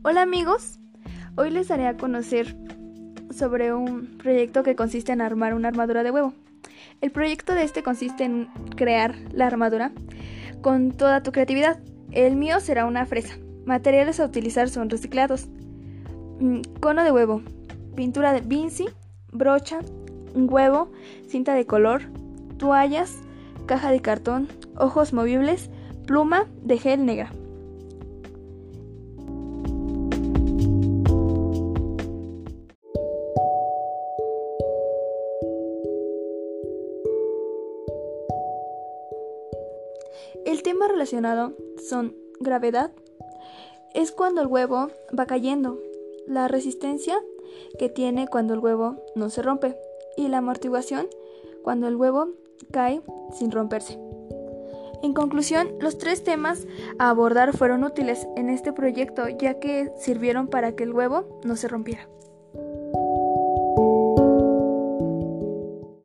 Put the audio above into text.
Hola amigos, hoy les daré a conocer sobre un proyecto que consiste en armar una armadura de huevo. El proyecto de este consiste en crear la armadura con toda tu creatividad. El mío será una fresa. Materiales a utilizar son reciclados: cono de huevo, pintura de Vinci, brocha, un huevo, cinta de color, toallas, caja de cartón, ojos movibles, pluma de gel negra. El tema relacionado son gravedad, es cuando el huevo va cayendo, la resistencia que tiene cuando el huevo no se rompe y la amortiguación cuando el huevo cae sin romperse. En conclusión, los 3 temas a abordar fueron útiles en este proyecto ya que sirvieron para que el huevo no se rompiera.